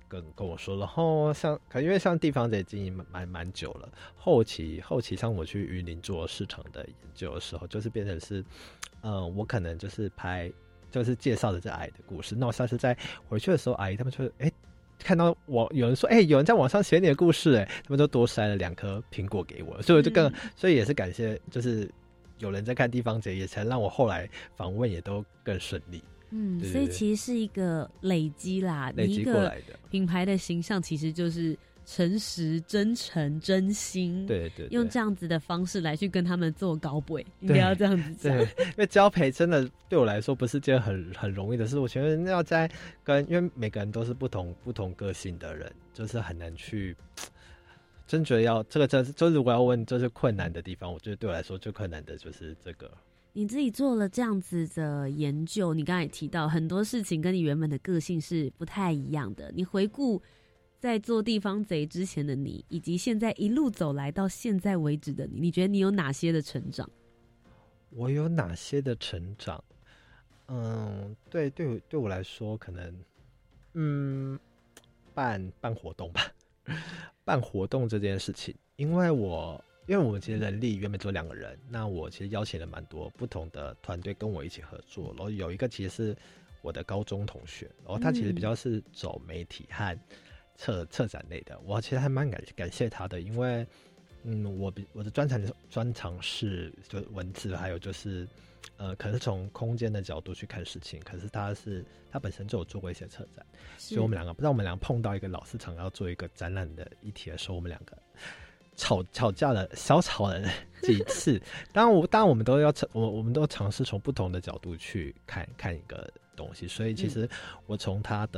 跟我说，然后因为像地方贼经营蛮久了，后期像我去云林做市场的研究的时候，就是变成是，我可能就是就是介绍的这阿姨的故事，那我下次再回去的时候，阿姨他们就看到有人说有人在网上写你的故事他们就多塞了2颗苹果给我，所以我就所以也是感谢，就是有人在看地方贼，也才让我后来访问也都更顺利。对对对， 所以其实是一个累积啦， 累积过来的。 品牌的形象其实就是诚实、真诚、真心， 对， 用这样子的方式来去跟他们做高配，应该要这样子讲。 对，因为交配真的对我来说不是件很容易的事，我觉得要在因为每个人都是不同个性的人，就是很难去。真觉得就是我要问，就是困难的地方，我觉得对我来说最困难的就是这个。 你自己做了这样子的研究，你刚才也提到很多事情跟你原本的个性是不太一样的。你回顾在做地方贼之前的你，以及现在一路走来到现在为止的你，你觉得你有哪些的成长？ 我有哪些的成长？对我来说，可能办活动吧。办活动这件事情，因为我们其实人力原本只有2个人，那我其实邀请了蛮多不同的团队跟我一起合作，然后有一个其实是我的高中同学，然后他其实比较是走媒体和策展类的，我其实还蛮感谢他的，因为我的专长是就文字，还有就是可能是从空间的角度去看事情，可是他本身就有做过一些策展，所以我们俩碰到一个老市场要做一个展览的议题的时候，我们2个吵架了，小吵了几次。当然我们都尝试从不同的角度去看一个东西，所以其实我从他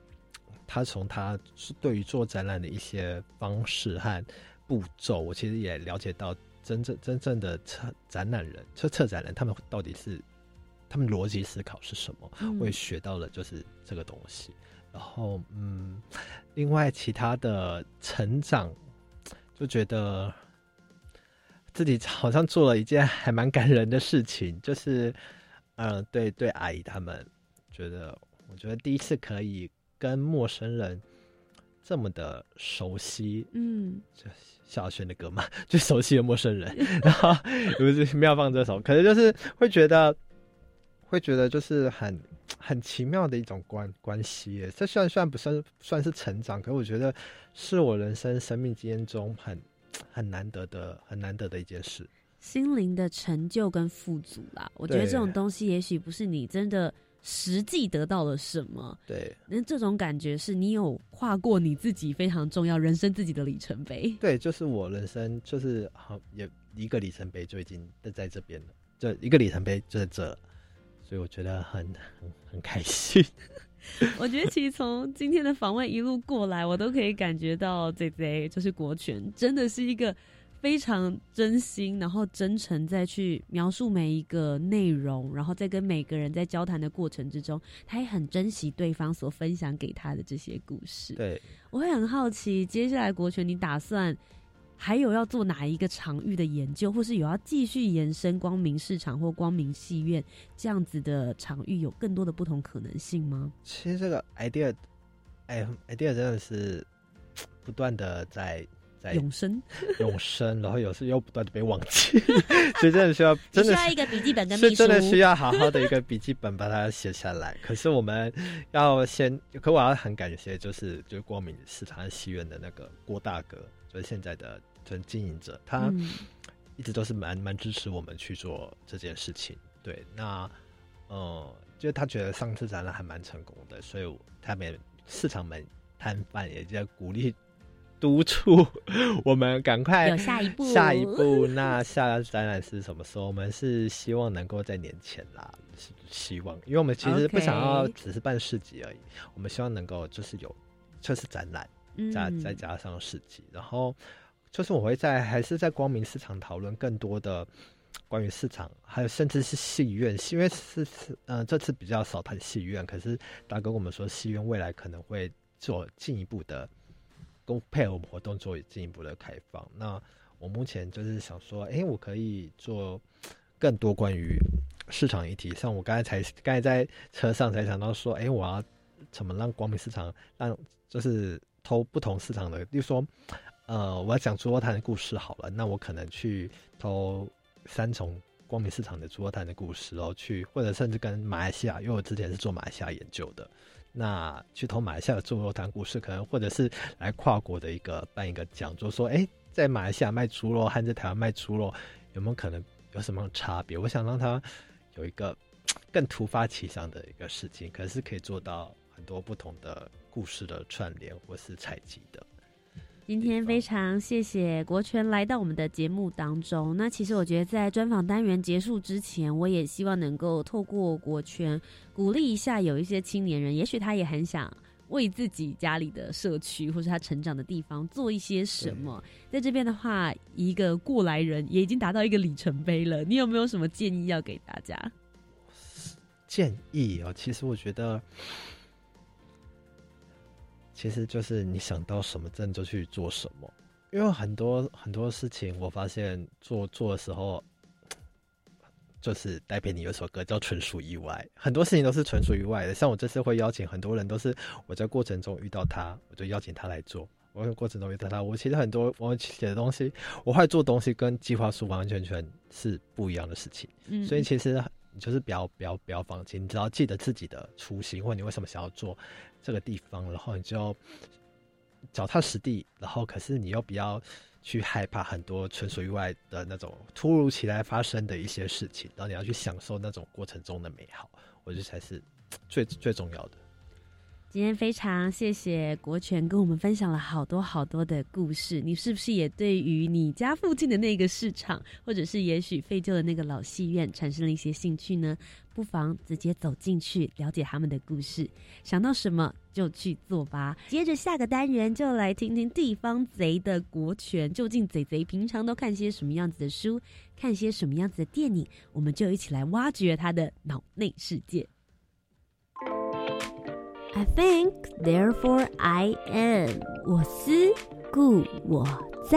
对于做展览的一些方式和步骤，我其实也了解到真正的策展人他们到底是他们逻辑思考是什么，我也学到了就是这个东西。然后另外其他的成长，就觉得自己好像做了一件还蛮感人的事情，就是对阿姨他们，我觉得第一次可以跟陌生人这么的熟悉，就萧亚轩的歌嘛，就熟悉的陌生人，然后不是妙放这首，可是就是会觉得就是很奇妙的一种关系耶。这虽然不算是成长，可是我觉得是我生命经验中很难得的一件事， 心灵的成就跟富足啦。我觉得这种东西也许不是你真的实际得到了什么， 对， 那这种感觉是你有跨过你自己非常重要人生自己的里程碑。 对，就是我人生就是也一个里程碑就已经在这边了，就一个里程碑就在这了，所以我觉得很开心。 我觉得其实从今天的访问一路过来，我都可以感觉到ZZ就是国权真的是一个非常真心然后真诚在去描述每一个内容，然后在跟每个人在交谈的过程之中，他也很珍惜对方所分享给他的这些故事。 对， 我会很好奇接下来国权你打算还有要做哪一个场域的研究，或是有要继续延伸光明市场或光明戏院这样子的场域，有更多的不同可能性吗？ 其实这个 idea 真的是不断的在永生，然后有时又不断的被忘记，所以真的需要一个笔记本跟秘书， 是真的需要好好的一个笔记本把它写下来。可是我们要我要很感谢，就是光明市场和戏院的那个郭大哥，就是现在的经营者，他一直都是蛮支持我们去做这件事情。对，那就是他觉得上次展览还蛮成功的，所以他们市场们摊贩也在鼓励督促我们赶快有下一步。 那下展览是什么时候？我们是希望能够在年前啦，希望，因为我们其实不想要只是办市集而已，我们希望能够就是展览，再加上市集，然后就是我会还是在光明市场讨论更多的关于市场，还有甚至是戏院。戏院这次比较少谈戏院，可是大哥跟我们说，戏院未来可能会做进一步的。配合我们活动做进一步的开放。那我目前就是想说，我可以做更多关于市场议题，像我刚才在车上才想到说，我要怎么让光明市场让就是偷不同市场的，例如说我要讲猪肉摊的故事好了，那我可能去偷3重光明市场的猪肉摊的故事去，或者甚至跟马来西亚，因为我之前是做马来西亚研究的，那去偷马来西亚的猪肉摊故事，可能或者是来跨国的办一个讲座，说在马来西亚卖猪肉和在台湾卖猪肉有没有可能有什么差别？我想让它有一个更突发奇想的一个事情，可是可以做到很多不同的故事的串联或是采集的。 今天非常谢谢国权来到我们的节目当中。那其实我觉得在专访单元结束之前，我也希望能够透过国权鼓励一下有一些青年人，也许他也很想为自己家里的社区或是他成长的地方做一些什么。在这边的话，一个过来人也已经达到一个里程碑了。你有没有什么建议要给大家？ 建议其实我觉得其实就是你想到什么真就去做什么，因为很多事情我发现做的时候，就是戴佩妮有首歌叫纯属意外，很多事情都是纯属意外的。像我这次会邀请很多人，都是我在过程中遇到他，我就邀请他来做。我在过程中遇到他，我其实很多我写的东西，我会做东西跟计划书完完全全是不一样的事情。所以其实你就是不要放弃，你只要记得自己的初心，或你为什么想要做这个地方，然后你就脚踏实地，然后可是你又不要去害怕很多纯属意外的那种突如其来发生的一些事情，然后你要去享受那种过程中的美好，我觉得才是最重要的。 今天非常谢谢国权跟我们分享了好多好多的故事，你是不是也对于你家附近的那个市场，或者是也许废旧的那个老戏院产生了一些兴趣呢？不妨直接走进去了解他们的故事，想到什么就去做吧。接着下个单元就来听听地方贼的国权，究竟贼平常都看些什么样子的书，看些什么样子的电影，我们就一起来挖掘他的脑内世界。I think, therefore I am. 我思故我在。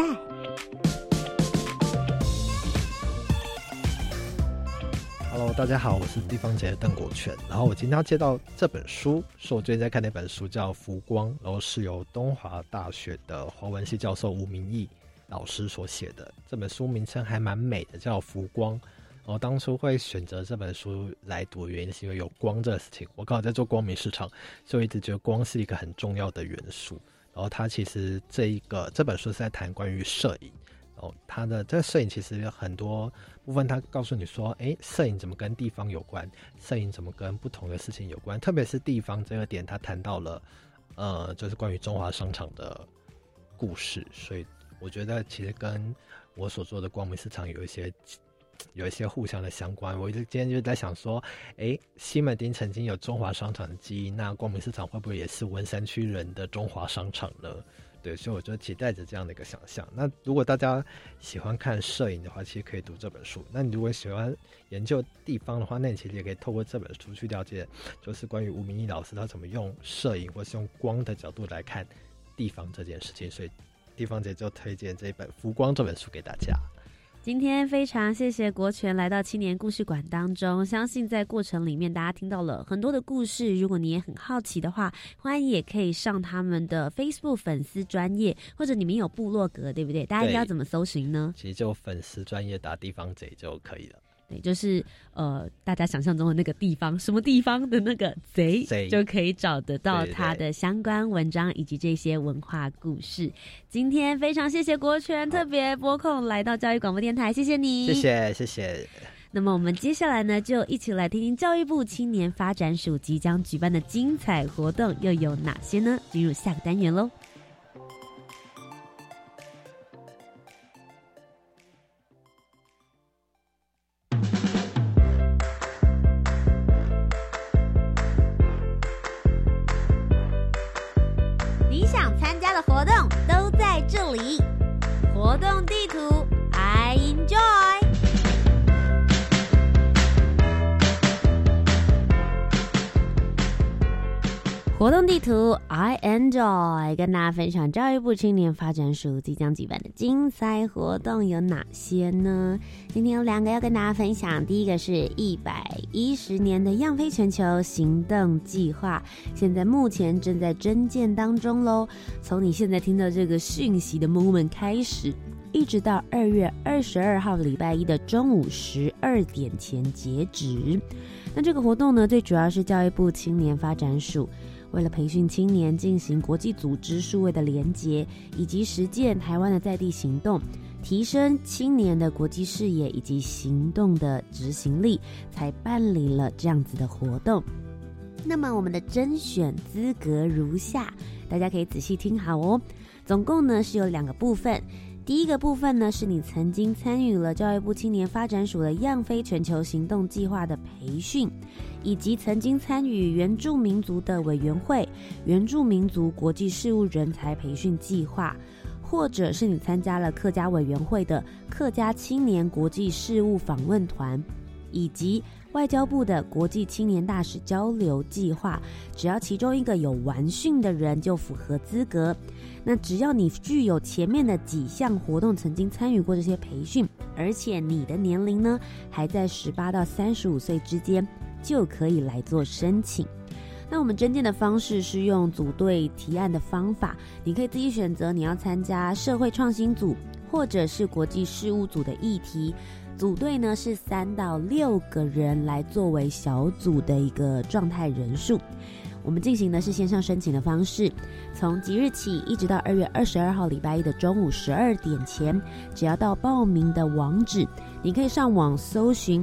Hello， 大家好，我是地方贼的邓国权。然后我今天要介绍这本书，是我最近在看的一本书，叫《浮光》，然后是由东华大学的华文系教授吴明义老师所写的。这本书名称还蛮美的，叫《浮光》。我当初会选择这本书来读的原因是因为有光这个事情，我刚好在做光明市场，所以我一直觉得光是一个很重要的元素。然后它其实这本书是在谈关于摄影，然后它的这个摄影其实有很多部分，它告诉你说，摄影怎么跟地方有关，摄影怎么跟不同的事情有关，特别是地方这个点，它谈到了就是关于中华商场的故事，所以我觉得其实跟我所做的光明市场有一些互相的相关。我今天就在想说，西门町曾经有中华商场的记忆，那光明市场会不会也是文山区人的中华商场呢？对，所以我就期待着这样的一个想象。那如果大家喜欢看摄影的话，其实可以读这本书。那你如果喜欢研究地方的话，那你其实也可以透过这本书去了解，就是关于吴明义老师他怎么用摄影或是用光的角度来看地方这件事情。所以地方贼就推荐这一本《浮光》这本书给大家。 今天非常谢谢国权来到青年故事馆当中，相信在过程里面大家听到了很多的故事，如果你也很好奇的话，欢迎也可以上他们的 Facebook 粉丝专页，或者你们有部落格对不对？大家应该要怎么搜寻呢？ 其实就粉丝专页打地方贼就可以了。 对，就是大家想象中的那个地方，什么地方的那个贼就可以找得到他的相关文章以及这些文化故事。今天非常谢谢国权特别拨空来到教育广播电台，谢谢你， 谢谢。 那么我们接下来呢，就一起来听听教育部青年发展署即将举办的精彩活动又有哪些呢？进入下个单元咯。 你想参加的活动都在这里，活动地图 I enjoy。 欢活动地图 I Enjoy 跟大家分享教育部青年发展署即将举办的精彩活动有哪些呢？今天有2个要跟大家分享，第一个是110年的样飞全球行动计划，现在目前正在征件当中咯，从你现在听到这个讯息的 moment 开始，一直到2月22号礼拜一的中午12点前截止。那这个活动呢，最主要是教育部青年发展署为了培训青年进行国际组织数位的连结，以及实践台湾的在地行动，提升青年的国际视野以及行动的执行力，才办理了这样子的活动。那么我们的甄选资格如下，大家可以仔细听好哦。总共呢是有2个部分。第一个部分呢，是你曾经参与了教育部青年发展署的样飞全球行动计划的培训，以及曾经参与原住民族的委员会原住民族国际事务人才培训计划，或者是你参加了客家委员会的客家青年国际事务访问团，以及外交部的国际青年大使交流计划，只要其中一个有完训的人就符合资格。那只要你具有前面的几项活动曾经参与过这些培训，而且你的年龄呢还在18到35岁之间，就可以来做申请。那我们征件的方式是用组队提案的方法，你可以自己选择你要参加社会创新组或者是国际事务组的议题。组队呢是3到6个人来作为小组的一个状态人数。我们进行的是线上申请的方式，从即日起一直到2月22号礼拜一的中午12点前，只要到报名的网址，你可以上网搜寻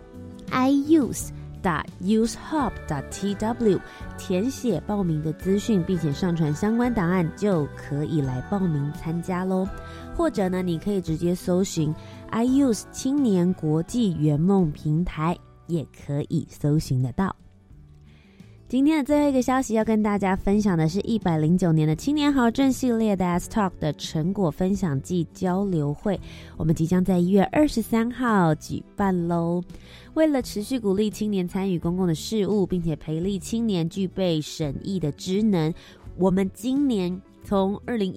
iuse.usehub.tw 填写报名的资讯，并且上传相关档案，就可以来报名参加咯。或者呢，你可以直接搜寻 iuse 青年国际圆梦平台，也可以搜寻得到。今天的最后一个消息要跟大家分享的是109年的青年好政系列的 ASTalk 的成果分享暨交流会，我们即将在1月23号举办咯。为了持续鼓励青年参与公共的事务，并且培力青年具备审议的知能，我们今年从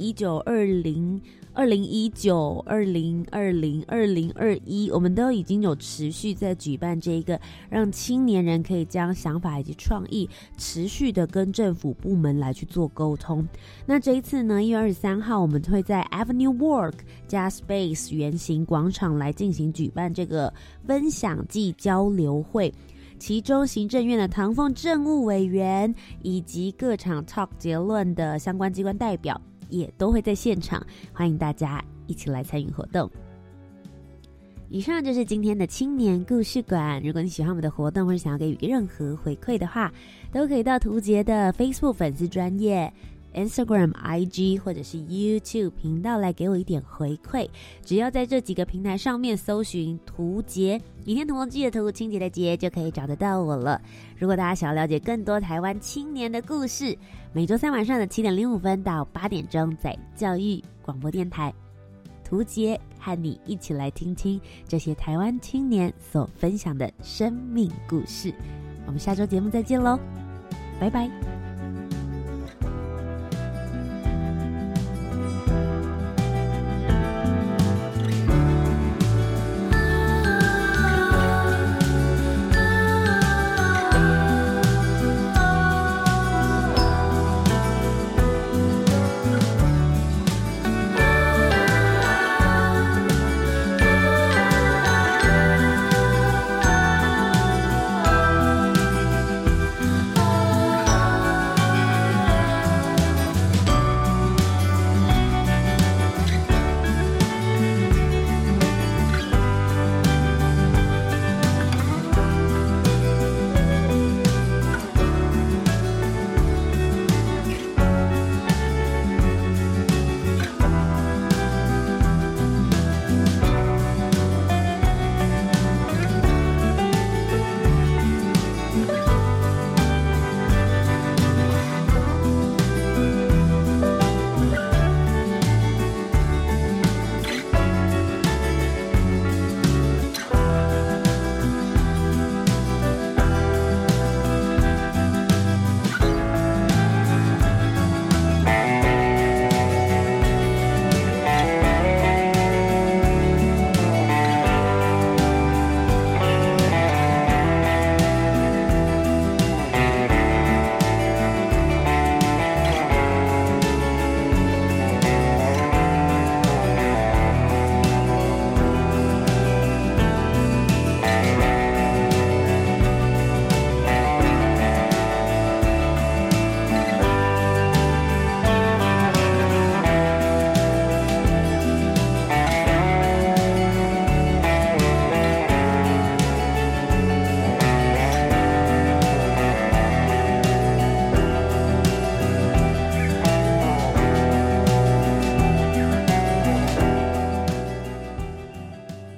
2019、2020、2021，我们都已经有持续在举办这一个让青年人可以将想法以及创意持续的跟政府部门来去做沟通。那这一次呢，1月23号我们会在 Avenue Work 加 Space 圆形广场来进行举办这个分享暨交流会，其中行政院的唐凤政务委员以及各场 Talk 结论的相关机关代表也都会在现场，欢迎大家一起来参与活动。以上就是今天的青年故事馆，如果你喜欢我们的活动或者想要给予任何回馈的话，都可以到图杰的 Facebook 粉丝专页、Instagram、IG 或者是 YouTube 频道来给我一点回馈，只要在这几个平台上面搜寻图杰，倚天屠龙记的图，清洁的洁，就可以找得到我了。如果大家想要了解更多台湾青年的故事，每周3晚上的7点05分到8点钟，在教育广播电台，图杰和你一起来听听这些台湾青年所分享的生命故事。我们下周节目再见咯，拜拜。